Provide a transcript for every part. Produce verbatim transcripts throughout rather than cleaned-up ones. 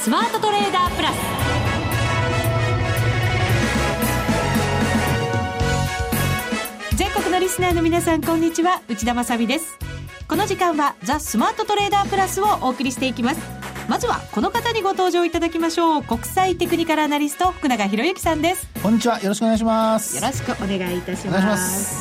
スマートトレーダープラス。全国のリスナーの皆さん、こんにちは、内田まさみです。この時間はザ・スマートトレーダープラスをお送りしていきます。まずはこの方にご登場いただきましょう。国際テクニカルアナリスト福永博之さんです。 こんにちは、よろしくお願いします。 よろしくお願いいたします。 お願いします。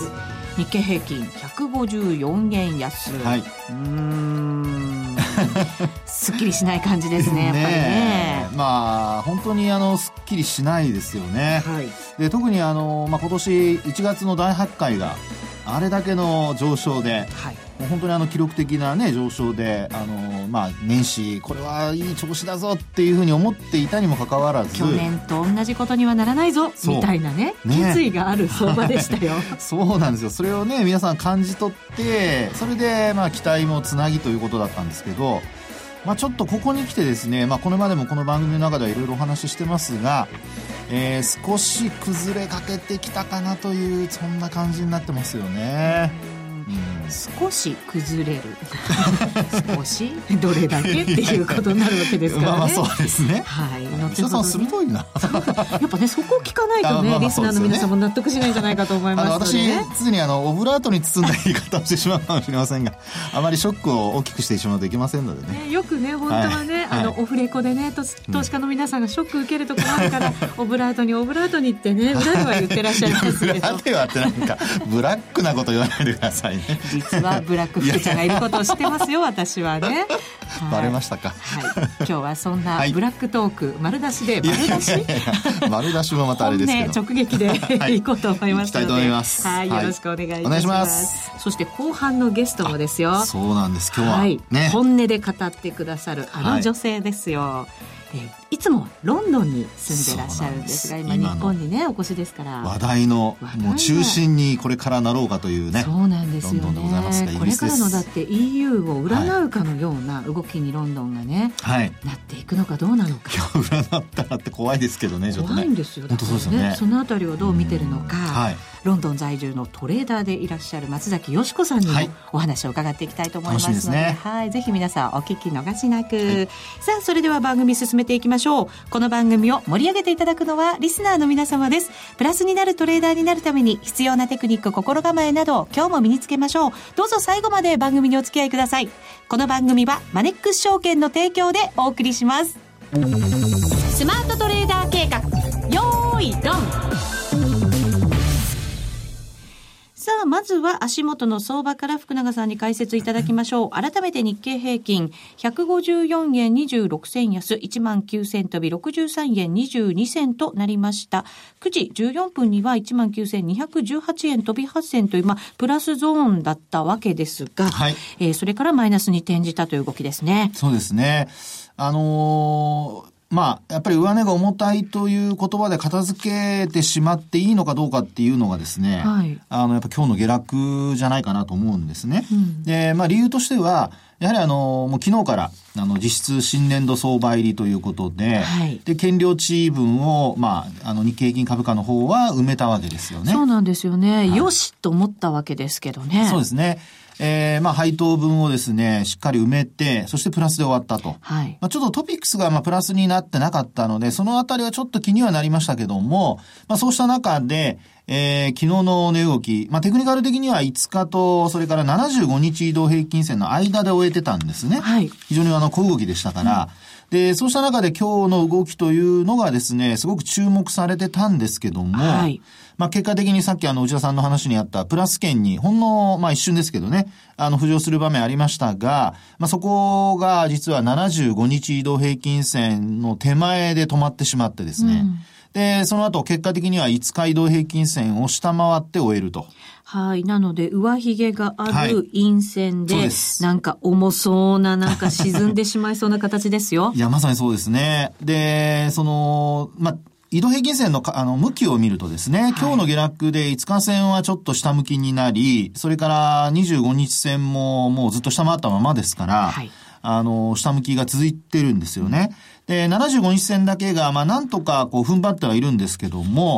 日経平均ひゃくごじゅうよんえん安、はい、うーんすっきりしない感じですね、やっぱり ね, ねまあ本当にあのすっきりしないですよね、はい、で特にあの、まあ、今年いちがつのだいはちかいがあれだけの上昇で、はい、もう本当にあの記録的な、ね、上昇であの、まあ、年始これはいい調子だぞっていうふうに思っていたにもかかわらず、 去年と同じことにはならないぞみたいな ね, ね決意がある相場でしたよそうなんですよ。それをね皆さん感じ取って、それでまあ期待もつなぎということだったんですけど、まあ、ちょっとここに来てですね、まあ、これまでもこの番組の中ではいろいろお話ししてますが、えー、少し崩れかけてきたかなという、そんな感じになってますよね。 うん、少し崩れる少しどれだけっていうことになるわけですからね。まあまあそうですね。はい。 石田さん鋭いな。 やっぱねそこを聞かないとね、まあまあそうですよね、リスナーの皆さんも納得しないんじゃないかと思いますので、ね、 あの私常にあのオブラートに包んだ言い方をしてしまうかもしれませんが、あまりショックを大きくしてしまうといけませんので ね, ねよくね本当はね、はい、あの、はい、オフレコでね投資家の皆さんがショック受けるところあるから、うん、オブラートにオブラートにってね裏では言ってらっしゃいますけど裏ではってなんかブラックなこと言わないでくださいね。 実はブラック福ちゃんがいることを知ってますよ私はね。 バレましたか。 はい、今日はそんなブラックトーク丸出しで、丸出し丸出しもまたあれですけど本音直撃で、はい、いこうと思いますので、 行きたいと思います。 はい、よろしくお願いいたします。お願いします。そして後半のゲストもですよ。 そうなんです。今日は、 はいね、 本音で語ってくださるあの女性ですよ、はい、えー、いつもロンドンに住んでらっしゃるんですが、今日本にねお越しですから、 話題のもう中心にこれからなろうかというね、 そうなんですよね。 ロンドンでございますが、 これからのだって イーユー を占うかのような動きにロンドンがね、はい、なっていくのかどうなのか。 占ったらって怖いですけどね、ちょっとね、 怖いんですよ。 本当そうですよね。 そのあたりをどう見てるのか、はい、ロンドン在住のトレーダーでいらっしゃる松崎よしこさんにもお話を伺っていきたいと思いますので、はい、ね、はい、ぜひ皆さんお聞き逃しなく、はい、さあそれでは番組進めていきましょう。この番組を盛り上げていただくのはリスナーの皆様です。プラスになるトレーダーになるために必要なテクニック、心構えなど今日も身につけましょう。どうぞ最後まで番組にお付き合いください。この番組はマネックス証券の提供でお送りします。スマートトレーダー計画、よーいドン。さあまずは足元の相場から福永さんに解説いただきましょう。改めて日経平均ひゃくごじゅうよんえんにじゅうろくせん安 いちまんきゅうせん飛びろくじゅうさんえんにじゅうに銭となりました。くじじゅうよんぷんには いちまんきゅうせんにひゃくじゅうはちえん飛びはっ銭という、まあ、プラスゾーンだったわけですが、はい、えー、それからマイナスに転じたという動きですね。 そうですね。あのーまあ、やっぱり上値が重たいという言葉で片付けてしまっていいのかどうかっていうのがですね、はい、あの、やっぱ今日の下落じゃないかなと思うんですね。うん、で、まあ理由としては、やはりあの、もう昨日から、あの、実質新年度相場入りということで、はい、で、減量値分を、まあ、あの、日経平均株価の方は埋めたわけですよね。 そうなんですよね。はい、よしと思ったわけですけどね。 そうですね。えー、まあ配当分をですねしっかり埋めて、そしてプラスで終わったと、はい、まあ、ちょっとトピックスがまあプラスになってなかったので、そのあたりはちょっと気にはなりましたけども、まあそうした中で、えー、昨日の値動き、まあテクニカル的にはいつかとそれからななじゅうごにち移動平均線の間で終えてたんですね、はい、非常にあの小動きでしたから、うん、でそうした中で今日の動きというのがですねすごく注目されてたんですけども、はい、まあ、結果的にさっきあの内田さんの話にあったプラス圏にほんのまあ一瞬ですけどね、あの浮上する場面ありましたが、まあ、そこが実はななじゅうごにち移動平均線の手前で止まってしまってですね、うん、でその後結果的にはいつか移動平均線を下回って終えると。 はい。なので、上髭がある陰線で、はい、なんか重そうな、なんか沈んでしまいそうな形ですよ。 いや、まさにそうですね。で、その、まあ、移動平均線のあの向きを見るとですね、はい、今日の下落でいつか線はちょっと下向きになり、それからにじゅうごにち線ももうずっと下回ったままですから、はい、あの、下向きが続いてるんですよね。で、ななじゅうごにち線だけが、まあ、なんとかこう踏ん張ってはいるんですけども、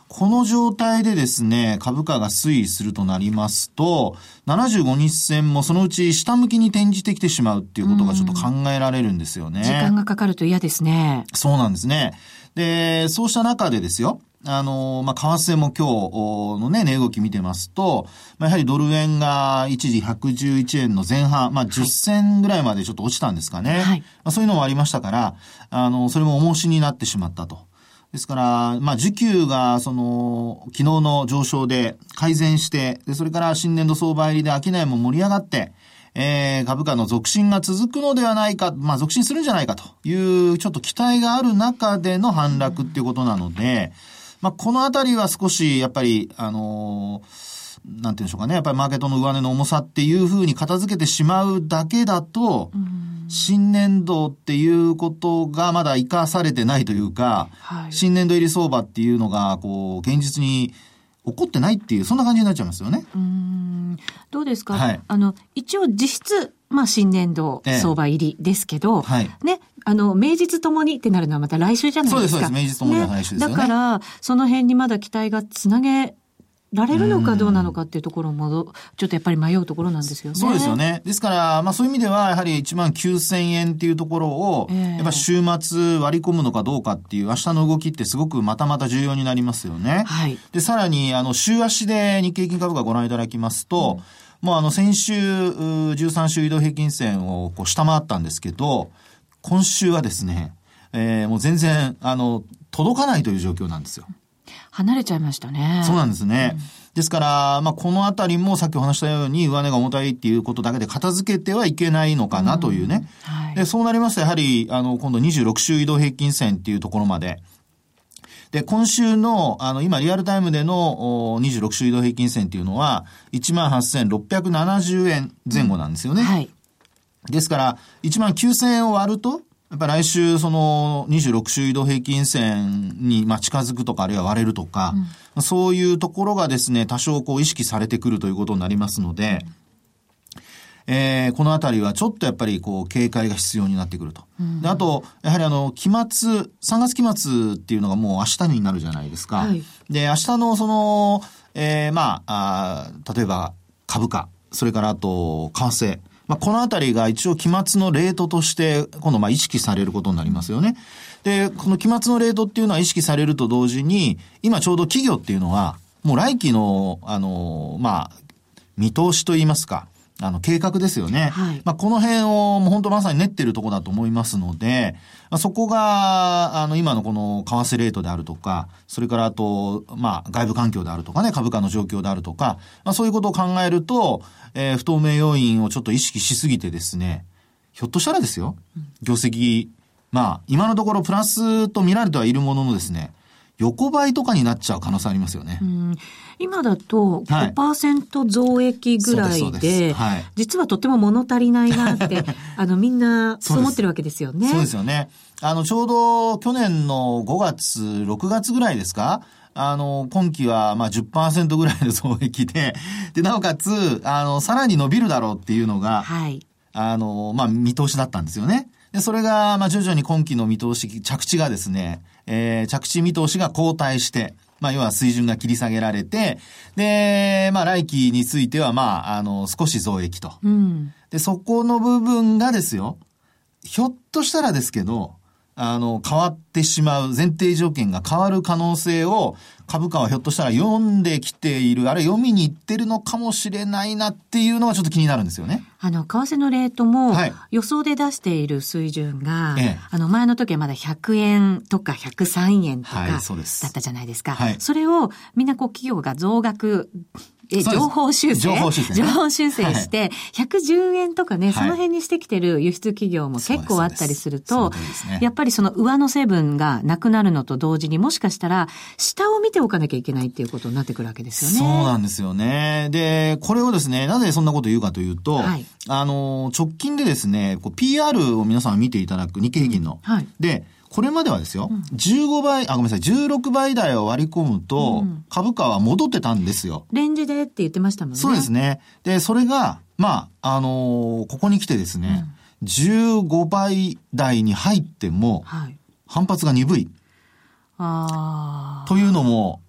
この状態でですね、株価が推移するとなりますと、ななじゅうごにち線もそのうち下向きに転じてきてしまうっていうことがちょっと考えられるんですよね。 時間がかかると嫌ですね。 そうなんですね。で、そうした中でですよ、あの、まあ、為替も今日のね、値動き見てますと、まあ、やはりドル円が一時ひゃくじゅういちえんの前半、まあ、じゅっ銭ぐらいまでちょっと落ちたんですかね。はい、まあ、そういうのもありましたから、あの、それも重しになってしまったと。ですから、まあ、需給が、その、昨日の上昇で改善して、で、それから新年度相場入りで商いも盛り上がって、えー、株価の続伸が続くのではないか、まあ、続伸するんじゃないかという、ちょっと期待がある中での反落っていうことなので、まあ、このあたりは少し、やっぱり、あのー、なんていうんでしょうかね、やっぱりマーケットの上値の重さっていうふうに片付けてしまうだけだと、新年度っていうことがまだ生かされてないというか、はい、新年度入り相場っていうのが、こう、現実に起こってないっていう、そんな感じになっちゃいますよね。 うーん、どうですか、はい、あの、一応実質、まあ、新年度相場入りですけど、ええ、はい、ね、あの、名実ともにってなるのはまた来週じゃないですか。 そうです、そうです。名実ともには来週ですよね。 だから、その辺にまだ期待がつなげられるのかどうなのかっていうところも、ちょっとやっぱり迷うところなんですよね。 そうですよね。ですから、まあそういう意味では、やはりいちまんきゅうせんえんっていうところを、えー、やっぱ週末割り込むのかどうかっていう明日の動きってすごくまたまた重要になりますよね。はい。で、さらに、あの、週足で日経平均株価ご覧いただきますと、うん、もうあの、先週、じゅうさん週移動平均線をこう下回ったんですけど、今週はですね、えー、もう全然、あの、届かないという状況なんですよ。 離れちゃいましたね。 そうなんですね。うん、ですから、まあ、このあたりもさっきお話したように上値が重たいっていうことだけで片付けてはいけないのかなというね。うん、はい、で、そうなりますとやはり、あの、今度にじゅうろく週移動平均線っていうところまで。で、今週の、あの、今リアルタイムでのにじゅうろく週移動平均線っていうのは いちまんはっせんろっぴゃくななじゅうえん前後なんですよね。うん、はい。ですから、いちまんきゅうせんえんを割ると、やっぱり来週そのにじゅうろく週移動平均線にまあ近づくとかあるいは割れるとか、うん、そういうところがですね、多少こう意識されてくるということになりますので、えー、このあたりはちょっとやっぱりこう警戒が必要になってくると。うん、であと、やはりあの、期末、さんがつ期末っていうのがもう明日になるじゃないですか。はい、で、明日のその、えー、まあ、あ、例えば株価、それからあと、為替、まあ、このあたりが一応期末のレートとして今度まあ意識されることになりますよね。で、この期末のレートっていうのは意識されると同時に、今ちょうど企業っていうのはもう来期のあのまあ見通しといいますか、あの計画ですよね。はい、まあこの辺をもう本当まさに練っているところだと思いますので、まあ、そこがあの今のこの為替レートであるとか、それからあとまあ外部環境であるとかね、株価の状況であるとか、まあそういうことを考えると、えー、不透明要因をちょっと意識しすぎてですね、ひょっとしたらですよ、業績、まあ今のところプラスと見られてはいるもののですね、横ばいとかになっちゃう可能性ありますよね。 うん、今だと ごパーセント 増益ぐらいで、はい、実はとっても物足りないなってあのみんなそう思ってるわけですよね。 そうですよね。あのちょうど去年のごがつろくがつぐらいですか、あの今期はまあ じゅっパーセント ぐらいの増益で、でなおかつあのさらに伸びるだろうっていうのが、はい、あのまあ見通しだったんですよね。でそれがまあ徐々に今期の見通し、着地がですね、えー、着地見通しが後退して、まあ要は水準が切り下げられて、でまあ来期についてはまああの少し増益と、うん、でそこの部分がですよ、ひょっとしたらですけど、あの変わってしまう、前提条件が変わる可能性を株価はひょっとしたら読んできている、あるいは読みに行ってるのかもしれないなっていうのがちょっと気になるんですよね。 あの為替のレートも予想で出している水準が、はい、あの前の時はまだひゃくえんとかひゃくさんえんとかだったじゃないですか。はい、それをみんなこう企業が増額え情報修正情報修正、ね、 情報修正して、ひゃくじゅうえんとかね、はい、その辺にしてきてる輸出企業も結構あったりすると、ね、やっぱりその上乗せ分がなくなるのと同時に、もしかしたら下を見ておかなきゃいけないっていうことになってくるわけですよね。 そうなんですよね。で、これをですね、なぜそんなことを言うかというと、はい、あの、直近でですね、こう ピーアール を皆さん見ていただく日経平均の。うん、はい、で、これまではですよ、うん、じゅうごばい、あ、ごめんなさい、じゅうろくばい台を割り込むと、株価は戻ってたんですよ。 レンジでって言ってましたもんね。 そうですね。で、それが、まあ、あのー、ここに来てですね、うん、じゅうごばい台に入っても、はい、反発が鈍い。あというのも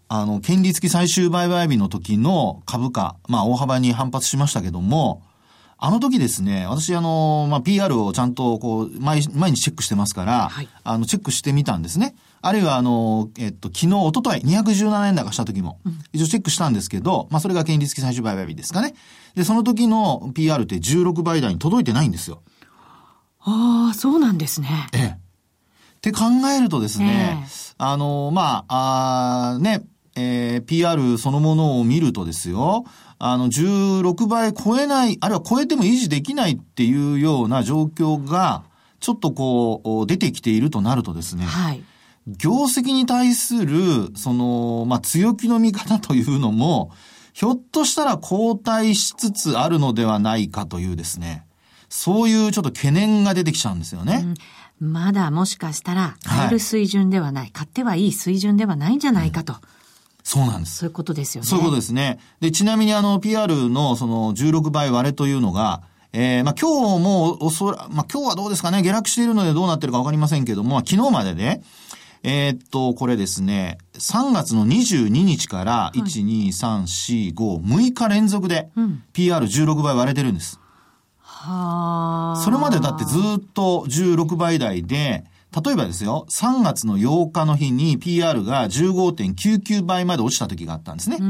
あの、権利付き最終売買日の時の株価、まあ、大幅に反発しましたけども、あの時ですね、私あの、まあ、ピーアール をちゃんとこう、毎、毎日チェックしてますから、はい、あの、チェックしてみたんですね。あるいはあの、えっと、昨日、一昨日にひゃくじゅうななえん高した時も、一応チェックしたんですけど、まあ、それが権利付き最終売買日ですかね。で、その時の ピーアール ってじゅうろくばい台に届いてないんですよ。 ああ、そうなんですね。 ええ。って考えるとですね、えー、あの、まあ、あね、えー、ピーアール そのものを見るとですよ、あの、じゅうろくばい超えない、あるいは超えても維持できないっていうような状況が、ちょっとこう、出てきているとなるとですね、はい、業績に対する、その、まあ、強気の見方というのも、ひょっとしたら後退しつつあるのではないかというですね、そういうちょっと懸念が出てきちゃうんですよね。 うん、まだもしかしたら、買える水準ではない、はい、買ってはいい水準ではないんじゃないかと。うん、 そうなんです。 そういうことですよね。 そういうことですね。で、ちなみにあの、ピーアール のそのじゅうろくばい割れというのが、えー、まあ、今日もおそら、まあ、今日はどうですかね、下落しているのでどうなってるかわかりませんけども、昨日までで、えー、っと、これですね、さんがつのにじゅうににちから、いち、に、さん、よん、ご、むいか連続で、ピーアールじゅうろくばい割れてるんです。 はあ。 それまでだってずっとじゅうろくばい台で、例えばですよ、さんがつのようかの日に ピーアール が じゅうごてんきゅうきゅうばいまで落ちた時があったんですね。うん、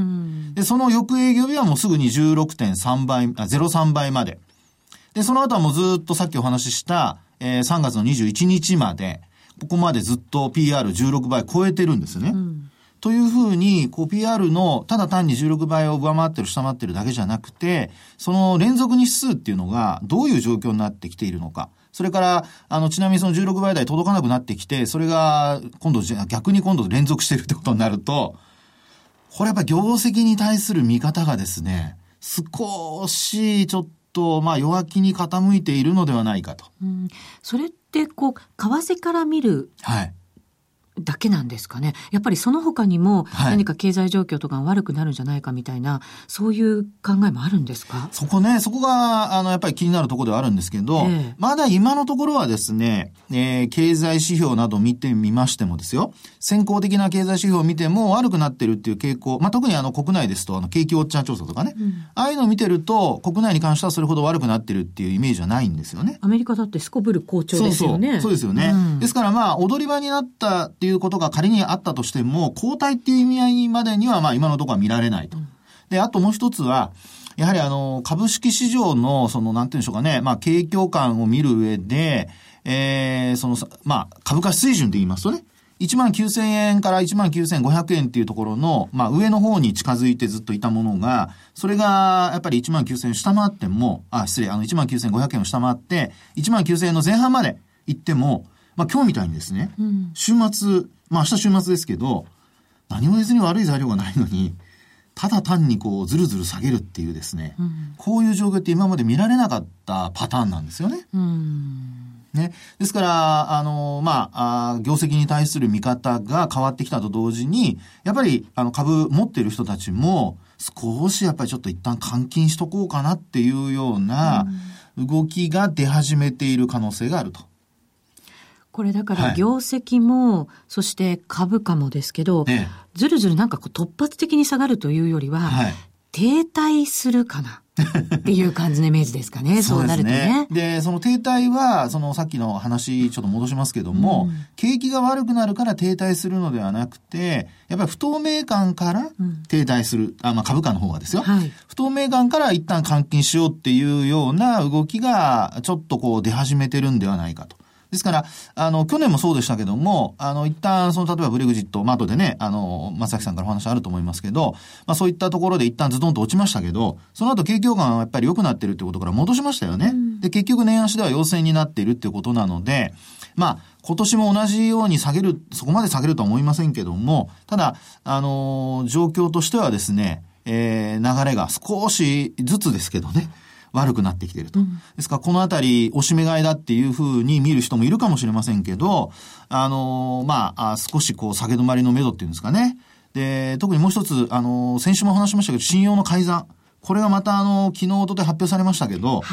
で、その翌営業日はもうすぐに じゅうろくてんさんばい、あ、ゼロさんばいまで。で、その後はもうずっとさっきお話しした、えー、さんがつのにじゅういちにちまで、ここまでずっと ピーアールじゅうろくばい超えてるんですよね。うん、というふうに、こう ピーアール のただ単にじゅうろくばいを上回ってる、下回ってるだけじゃなくて、その連続日数っていうのがどういう状況になってきているのか。それから、あの、ちなみにそのじゅうろくばい台届かなくなってきて、それが今度、逆に今度連続してるってことになると、これやっぱり業績に対する見方がですね、少しちょっと、まあ弱気に傾いているのではないかと。 うん、それってこう、為替から見る。 はい。 だけなんですかね。やっぱりその他にも何か経済状況とかが悪くなるんじゃないかみたいな、はい、そういう考えもあるんですか？ そこね、そこが、あの、やっぱり気になるところではあるんですけど、えー、まだ今のところはですね、えー、経済指標など見てみましてもですよ、先行的な経済指標を見ても悪くなってるっていう傾向、まあ、特にあの国内ですと、あの、景気ウォッチャー調査とかね、うん、ああいうのを見てると、国内に関してはそれほど悪くなってるっていうイメージはないんですよね。 アメリカだってすこぶる好調ですよね。 そうそう、そうですよね。うん、ですからまあ、踊り場になったっていうことが仮にあったとしても、後退っていう意味合いまでには、まあ今のところは見られないと。うん、で、あともう一つは、やはりあの、株式市場の、その、なんていうんでしょうかね、まあ、景況感を見る上で、えー、その、まあ、株価水準で言いますとね、いちまんきゅうせんえんからいちまんきゅうせんごひゃくえんっていうところの、まあ、上の方に近づいてずっといたものが、それが、やっぱりいちまんきゅうせんえん下回っても、あ、失礼、あの、いちまんきゅうせんごひゃくえんを下回って、いちまんきゅうせんえんの前半まで行っても、まあ、今日みたいにですね、うん、週末、まあ、明日週末ですけど、何も別に悪い材料がないのに、ただ単にこう、ずるずる下げるっていうですね、うん、こういう状況って今まで見られなかったパターンなんですよね。 うんね。ですから、あの、まあ、あ業績に対する見方が変わってきたと同時に、やっぱり、あの、株持っている人たちも、少しやっぱりちょっと一旦換金しとこうかなっていうような動きが出始めている可能性があると。 これだから業績も、はい、そして株価もですけど、ええ、ずるずるなんかこう突発的に下がるというよりは、はい、停滞するかなっていう感じのイメージですかね。そうなるとね。 で、その停滞は、そのさっきの話ちょっと戻しますけども、うん、景気が悪くなるから停滞するのではなくて、やっぱり不透明感から停滞する、うん、あ、まあ株価の方がですよ、はい。不透明感から一旦換金しようっていうような動きがちょっとこう出始めてるんではないかと。ですから、あの、去年もそうでしたけども、あの、一旦、その、例えばブレグジット、まあ、後でね、あの、松崎さんからお話あると思いますけど、まあ、そういったところで一旦ズドンと落ちましたけど、その後景況感はやっぱり良くなってるってことから戻しましたよね。うん、で、結局年足では陽線になっているっていうことなので、まあ、今年も同じように下げる、そこまで下げるとは思いませんけども、ただ、あの、状況としてはですね、えー、流れが少しずつですけどね、悪くなってきていると。うん、ですから、このあたり、押し目買いだっていうふうに見る人もいるかもしれませんけど、あのー、まあ、少しこう、下げ止まりの目処っていうんですかね。で、特にもう一つ、あのー、先週も話しましたけど、信用の改ざん。これがまた、あのー、昨日、おととい発表されましたけど、はい、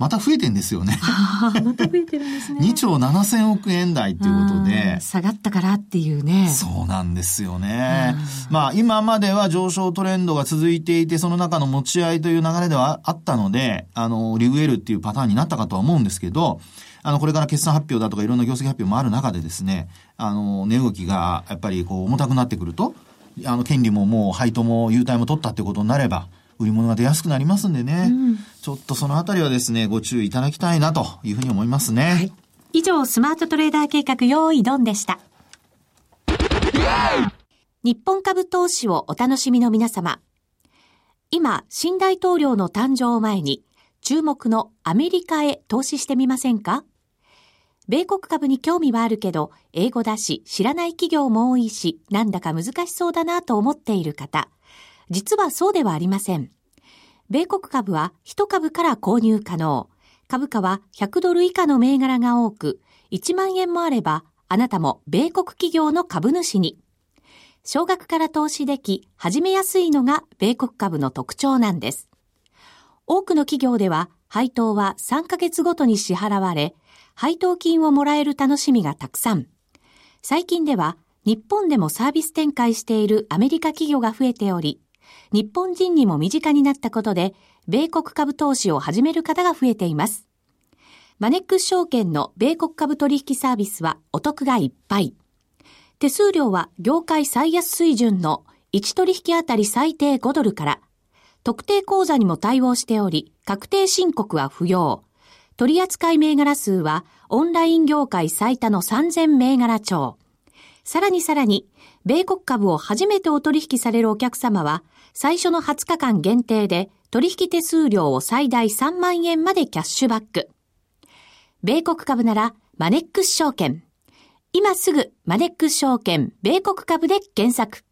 また増えてんですよね。 あまた増えてるんですね。 にちょうななせんおくえん台ということで。 下がったからっていうね。 そうなんですよね。まあ今までは上昇トレンドが続いていて、その中の持ち合いという流れではあったので、あの、リグエルっていうパターンになったかとは思うんですけど、あの、これから決算発表だとかいろんな業績発表もある中でですね、あの、値動きがやっぱりこう重たくなってくると、あの、権利ももう配当も優待も取ったってことになれば、売り物が出やすくなりますんでね、うん、ちょっとそのあたりはですね、ご注意いただきたいなというふうに思いますね。はい、 以上、スマートトレーダー計画用意ドンでした。日本株投資をお楽しみの皆様。今、新大統領の誕生を前に、注目のアメリカへ投資してみませんか？米国株に興味はあるけど、英語だし、知らない企業も多いし、なんだか難しそうだなと思っている方。実はそうではありません。米国株はいち株から購入可能。株価はひゃくドル以下の銘柄が多く、いちまんえんもあれば、あなたも米国企業の株主に。少額から投資でき、始めやすいのが米国株の特徴なんです。多くの企業では、配当はさんかげつごとに支払われ、配当金をもらえる楽しみがたくさん。最近では、日本でもサービス展開しているアメリカ企業が増えており、日本人にも身近になったことで、米国株投資を始める方が増えています。マネックス証券の米国株取引サービスはお得がいっぱい。手数料は業界最安水準のいち取引あたり最低ごドルから、特定口座にも対応しており、確定申告は不要。取扱銘柄数はオンライン業界最多のさんぜん銘柄超。さらにさらに、米国株を初めてお取引されるお客様は、最初のはつかかん限定で取引手数料を最大さんまんえんまでキャッシュバック。米国株ならマネックス証券。今すぐマネックス証券米国株で検索。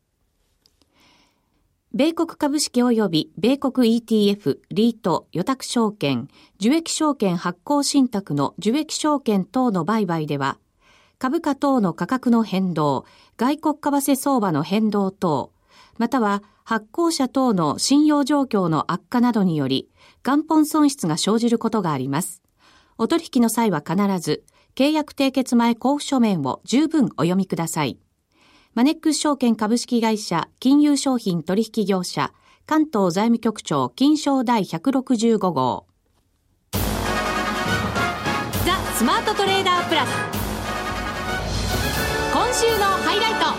米国株式及び米国 イーティーエフ、リート、予託証券、受益証券発行信託の受益証券等の売買では、株価等の価格の変動、外国為替相場の変動等、または発行者等の信用状況の悪化などにより、元本損失が生じることがあります。お取引の際は必ず、契約締結前交付書面を十分お読みください。マネックス証券株式会社金融商品取引業者関東財務局長金商第ひゃくろくじゅうご号。ザ・スマートトレーダープラス。今週のハイライト。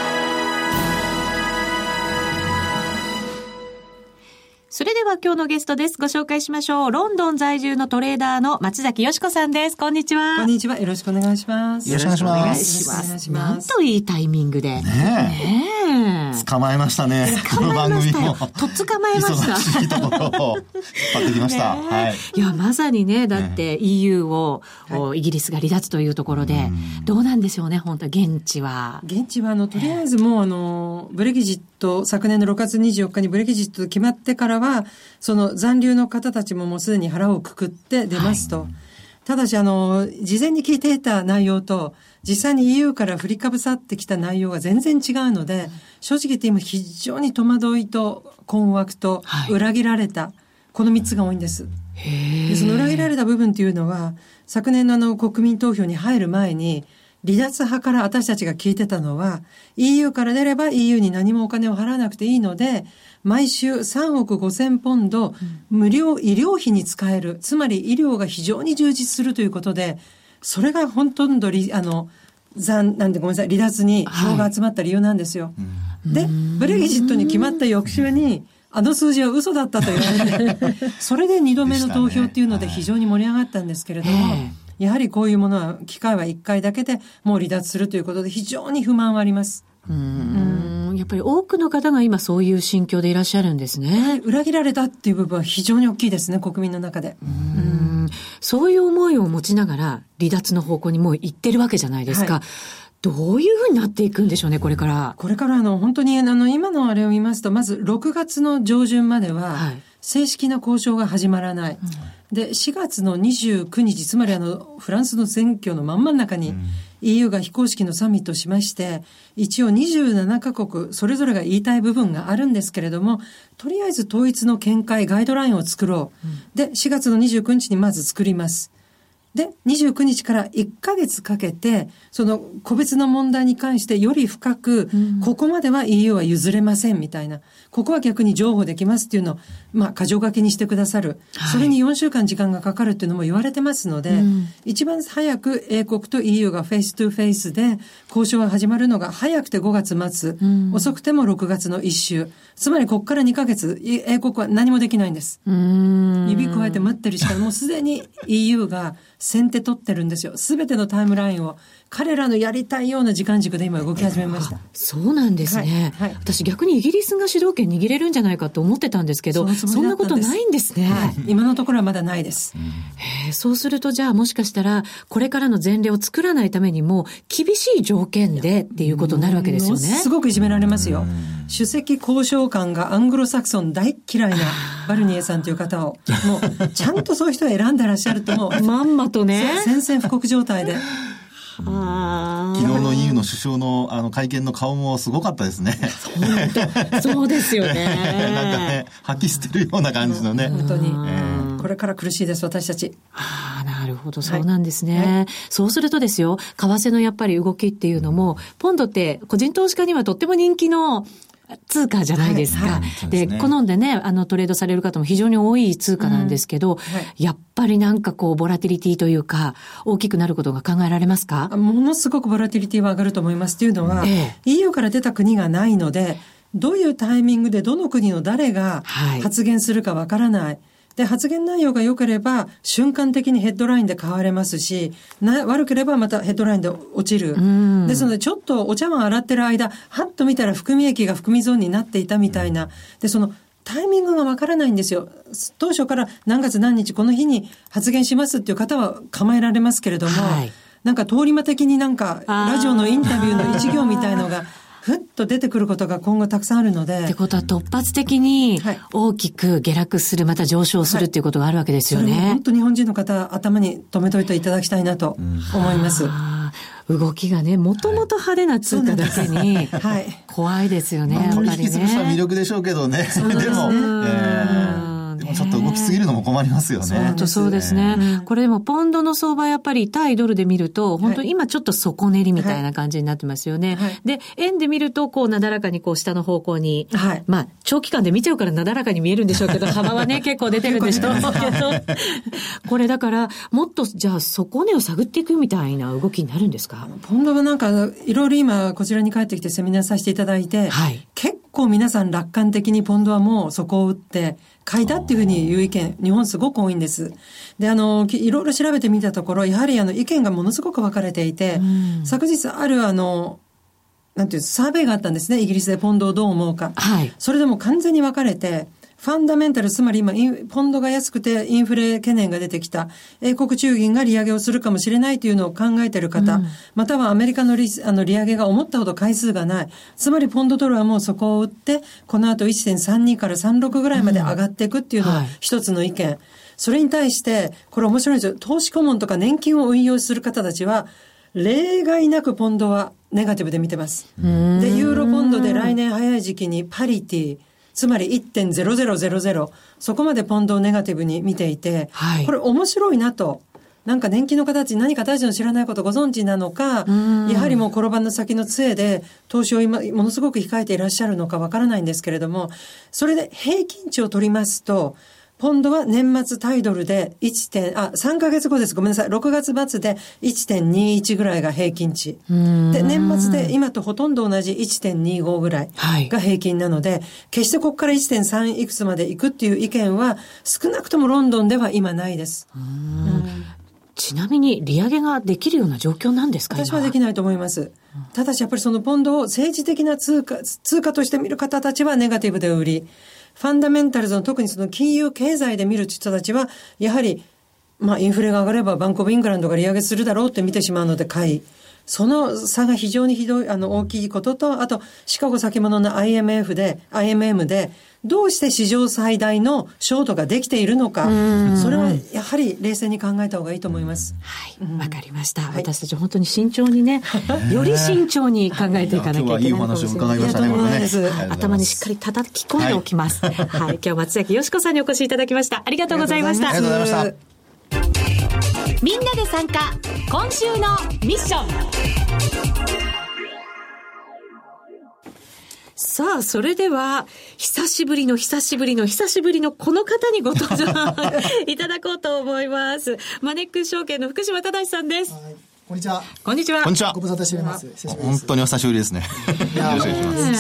それでは今日のゲストです。ご紹介しましょう。ロンドン在住のトレーダーの松崎よしこさんです。こんにちは。 こんにちは。よろしくお願いします。 よろしくお願いします。 よろしくお願いします。なんといいタイミングで。ねえ。ねえ。捕まえましたね。この番組も。 とっ捕まえました。 忙しいところを引っ張ってきました。はい。 いや、まさにね、だって イーユー を、はい、イギリスが離脱というところで、どうなんでしょうね、本当現地は。 現地は、あの、とりあえずもう、あの、ブレギジット、昨年のろくがつにじゅうよっかにブレギジット決まってからは、その残留の方たちももうすでに腹をくくって出ますと。はい、ただし、あの、事前に聞いていた内容と、実際に イーユー から振りかぶさってきた内容が全然違うので、正直言って今非常に戸惑いと困惑と裏切られた、はい、このみっつが多いんです。でその裏切られた部分というのは、昨年のあの国民投票に入る前に、離脱派から私たちが聞いてたのは、イーユー から出れば イーユー に何もお金を払わなくていいので、毎週さんおくごせんポンド無料医療費に使える。つまり医療が非常に充実するということで、それがほとんどあの、残、なんでごめんなさい、離脱に票が集まった理由なんですよ。はい、で、ブレギジットに決まった翌週に、あの数字は嘘だったと言われて、それでにどめの投票っていうので非常に盛り上がったんですけれども、やはりこういうものは、機会はいっかいだけでもう離脱するということで非常に不満はあります。 うーん、やっぱり多くの方が今そういう心境でいらっしゃるんですね。 裏切られたっていう部分は非常に大きいですね、国民の中で。 うーん、そういう思いを持ちながら離脱の方向にもう行ってるわけじゃないですか。はい、どういうふうになっていくんでしょうね、これから。 これからあの本当にあの今のあれを見ますと、まずろくがつの上旬までは正式な交渉が始まらない。はい、でしがつのにじゅうくにち、つまりあのフランスの選挙の真ん真ん中にイーユー が非公式のサミットをしまして、一応にじゅうななカ国それぞれが言いたい部分があるんですけれども、とりあえず統一の見解、ガイドラインを作ろう。うん、で、しがつのにじゅうくにちにまず作ります。で、にじゅうくにちからいっかげつかけて、その個別の問題に関してより深く、うん、ここまでは イーユー は譲れませんみたいな、ここは逆に譲歩できますっていうのを、まあ、箇条書きにしてくださる。はい、それによんしゅうかん時間がかかるっていうのも言われてますので、うん、一番早く英国と イーユー がフェイストゥフェイスで交渉が始まるのが早くてごがつ末、うん、遅くてもろくがつのいっ週。つまりここからにかげつ、英国は何もできないんです。うん指加えて待ってるしか、もうすでに イーユー が先手取ってるんですよ。すべてのタイムラインを彼らのやりたいような時間軸で今動き始めました。 そうなんですね、はいはい、私逆にイギリスが主導権握れるんじゃないかと思ってたんですけど、 そ, そんなことないんですね、はい、 今のところはまだないです、うん、 へそうするとじゃあもしかしたらこれからの前例を作らないためにも厳しい条件でっていうことになるわけですよね。 すごくいじめられますよ。首席交渉官がアングロサクソン大嫌いなバルニエさんという方をもうちゃんとそういう人を選んでらっしゃるともうまんまとね宣戦布告状態であ昨日の イーユー の首相のあの会見の顔もすごかったですね。 そうそうですよね。 なんかね吐き捨てるような感じのね。 本当に、えー、これから苦しいです私たち。 ああなるほどそうなんですね、はいはい、そうするとですよ為替のやっぱり動きっていうのもポンドって個人投資家にはとっても人気の通貨じゃないですか。はいはい、で、ね、好んでね、あのトレードされる方も非常に多い通貨なんですけど、うんはい、やっぱりなんかこう、ボラティリティというか、大きくなることが考えられますか？ ものすごくボラティリティは上がると思います。というのは、ええ、イーユー から出た国がないので、どういうタイミングでどの国の誰が発言するかわからない。はいで、発言内容が良ければ、瞬間的にヘッドラインで買われますし、な悪ければまたヘッドラインで落ちる。ですので、ちょっとお茶碗洗ってる間、はっと見たら含み益が含み損になっていたみたいな。で、そのタイミングがわからないんですよ。当初から何月何日この日に発言しますっていう方は構えられますけれども、はい、なんか通り魔的になんかラジオのインタビューの一行みたいのが、ふっと出てくることが今後たくさんあるので。 ってことは突発的に大きく下落する、また上昇するっていうことがあるわけですよね。はい、それも本当日本人の方頭に留めといていただきたいなと思います。 うん、動きがね、もともと派手な通貨だけに、はい、怖いですよね。 まあ、取引する人は魅力でしょうけどね。でも、えーでもちょっと動きすぎるのも困りますよね。 本当そうですね、うん。これでもポンドの相場やっぱり対ドルで見ると、本当に今ちょっと底練りみたいな感じになってますよね。はい、で、円で見るとこうなだらかにこう下の方向に、はい、まあ長期間で見ちゃうからなだらかに見えるんでしょうけど、幅はね結構出てるんでしょうけど、これだからもっとじゃあ底根を探っていくみたいな動きになるんですか？ ポンドはなんかいろいろ今こちらに帰ってきてセミナーさせていただいて、はい、結構皆さん楽観的にポンドはもう底を打って買いだっていうふうに言う意見、日本すごく多いんです。で、あの、いろいろ調べてみたところ、やはりあの、意見がものすごく分かれていて、うん、昨日あるあの、なんていうサーベイがあったんですね、イギリスでポンドをどう思うか。はい。それでも完全に分かれて、ファンダメンタル、つまり今、ポンドが安くてインフレ懸念が出てきた、英国中銀が利上げをするかもしれないというのを考えている方、うん、またはアメリカの 利, あの利上げが思ったほど回数がない。つまりポンドドルはもうそこを売って、この後 いってんさんに からさんじゅうろくぐらいまで上がっていくっていうのが一つの意見。うんはい、それに対して、これ面白いんですよ。投資顧問とか年金を運用する方たちは、例外なくポンドはネガティブで見てます。で、ユーロポンドで来年早い時期にパリティ、つまり いってんゼロゼロゼロゼロ そこまでポンドをネガティブに見ていて、はい、これ面白いなと。なんか年金の形、何か私の知らないことご存知なのか、やはりもう転ばぬ先の杖で投資を今ものすごく控えていらっしゃるのかわからないんですけれども、それで平均値を取りますと、ポンドは年末対ドルでいちてん、あ、さんかげつごです。ごめんなさい。ろくがつ末で いってんにいち ぐらいが平均値。で、年末で今とほとんど同じ いってんにご ぐらいが平均なので、はい、決してここから いってんさん いくつまで行くっていう意見は少なくともロンドンでは今ないです。うん、 ちなみに利上げができるような状況なんですか？ 私はできないと思います。ただしやっぱりそのポンドを政治的な通貨、通貨として見る方たちはネガティブで売り、ファンダメンタルズの特にその金融経済で見る人たちはやはりまあインフレが上がればバンクオブイングランドが利上げするだろうって見てしまうので買い、 その差が非常にひどい、あの、大きいことと、あと、シカゴ先物の アイエムエフ で、アイエムエム で、どうして史上最大のショートができているのか、それはやはり冷静に考えた方がいいと思います。 はい、わかりました。はい、私たち本当に慎重にね、より慎重に考えていかなきゃいけない。今日はいいお話を伺いましたね。 ね頭にしっかり叩き込んでおきます。はい、はい、今日松崎よしこさんにお越しいただきました。ありがとうございました。 ありがとうございました。 みんなで参加、今週のミッション。さあ、それでは、久しぶりの久しぶりの久しぶりのこの方にご登場いただこうと思います。マネックス証券の福島忠さんです。はい、 こんにちは。 こんにちは。 こんにちは。 ご無沙汰しております。久しぶりです。 本当にお久しぶりですね。よろしくお願いします。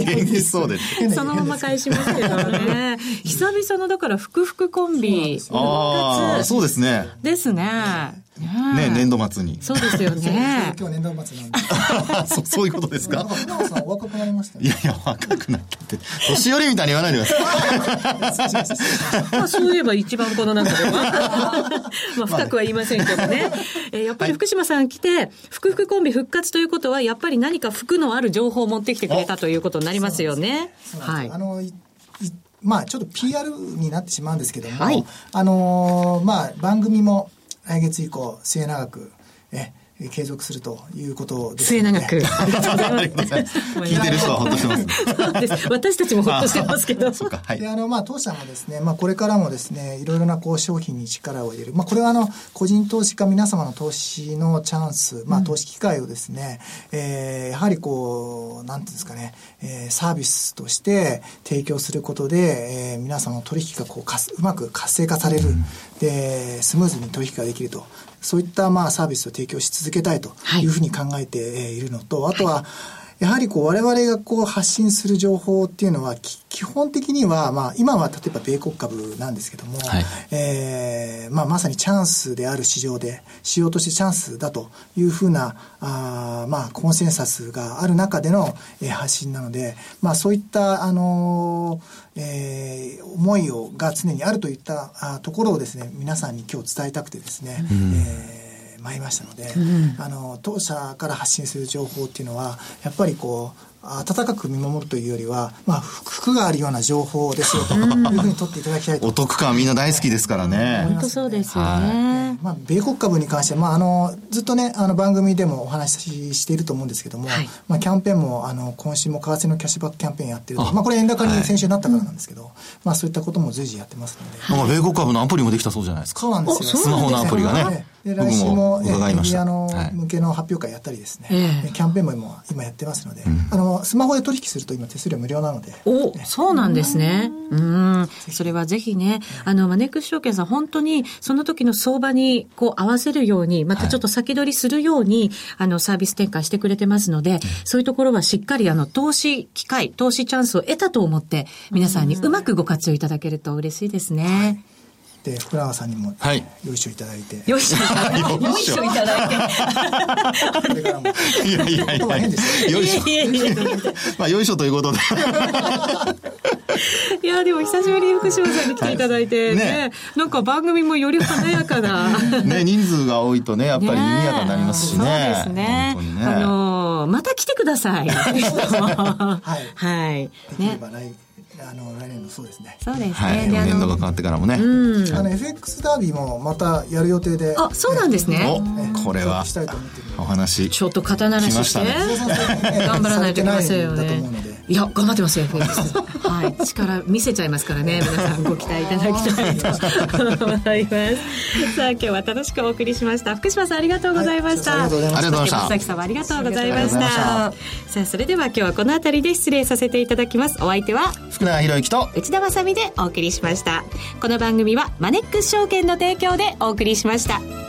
元気そうです。 そのまま返しますけどね。久々のだから、ふくふくコンビ。 ああ、そうですね。 ですね。 ね、年度末に。 そうですよね。 今日年度末なんで。 そ, そういうことですか。 福永さんお若くなりましたね。 いやいや、若くなったって。年寄りみたいに言わないでください。 まあ、そういえば一番この中では。まあ、深くは言いませんけどね。えー、やっぱり福島さん来て、ふくふくコンビ復活ということは、やっぱり何か服のある情報を持ってきてくれたということになりますよね。 はい。あの、まあ、ちょっと ピーアール になってしまうんですけども、はい、あのー、まあ、番組も、来月以降末永くえ継続するということです末永くありがとうございます聞いてる人はほっとしてます、ね、 そうです。私たちもほっとしてますけどそうか、 はい、であのまあ当社もですね、まあ、これからもですねいろいろなこう商品に力を入れる、まあ、これはあの個人投資家皆様の投資のチャンス、まあ、投資機会をですね、うん、えー、やはりこうなんていうんですかね、えー、サービスとして提供することで、えー、皆様の取引がこうかすうまく活性化される、うん、でスムーズに取引ができると、そういったまあサービスを提供し続けたいというふうに考えているのと、はい、あとはやはりこう我々がこう発信する情報っていうのは基本的にはまあ今は例えば米国株なんですけども、はい、えー、まあまさにチャンスである市場で市場としてチャンスだというふうなあまあコンセンサスがある中での、えー、発信なので、まあそういったあのーえー、思いをが常にあるといったあところをですね皆さんに今日伝えたくてですね、うん、えー参りましたので、うん、あの当社から発信する情報っていうのはやっぱりこう温かく見守るというよりは、まあ、服があるような情報ですよというふうに取っていただきたいと。 お得感みんな大好きですからね。 本当そうですよね。 まあ、米国株に関しては、まあ、あのずっとねあの番組でもお話ししていると思うんですけども、はい、まあ、キャンペーンもあの今週も為替のキャッシュバックキャンペーンやってる、まあ、これ円高に先週なったからなんですけど、はい、まあ、そういったことも随時やってますので、 なんか米国株のアプリもできたそうじゃないですか。 そうなんですよ。 スマホのアプリがね。 で来週もメディアのはい、 向けの発表会やったりですね、 えー、 キャンペーンも 今, 今やってますので、うん、あのスマホで取引すると今手数料無料なので。 お、そうなんですね。うん、それはぜひね、あのマネックス証券さん本当にその時の相場にこう合わせるようにまたちょっと先取りするように、はい、あのサービス展開してくれてますので、うん、そういうところはしっかりあの投資機会投資チャンスを得たと思って皆さんにうまくご活用いただけると嬉しいですね。はい、 で福永さんにも、はい、よいしょいただいてよいしょいただいてよいしょいただいてこれからもいやいやいやいやよいしょまあよいしょということでいやでも久しぶりに福島さんに来ていただいて、はい、ね, ねなんか番組もより華やかなね人数が多いとねやっぱり賑やかになりますしね。 そうですね。本当にね、あのー、また来てくださいはい、はい、ね、 あの来年のそうですね。 そうですね。 はい、年度が変わってからもね。 うん、あの エフエックス ダービーもまたやる予定で。 あ、そうなんですね。 お、これはお話。 ちょっと肩慣らしして、ね、頑張らないといけませんよね。いや頑張ってますよ エフエックス。はい、力見せちゃいますからね。皆さんご期待いただきたいと思います。さあ今日は楽しくお送りしました。福島さんありがとうございました。 はい、ありがとうございました。 松崎さんもありがとうございました。さあそれでは今日はこのあたりで失礼させていただきます。お相手は福永博之と内田まさみでお送りしました。この番組はマネックス証券の提供でお送りしました。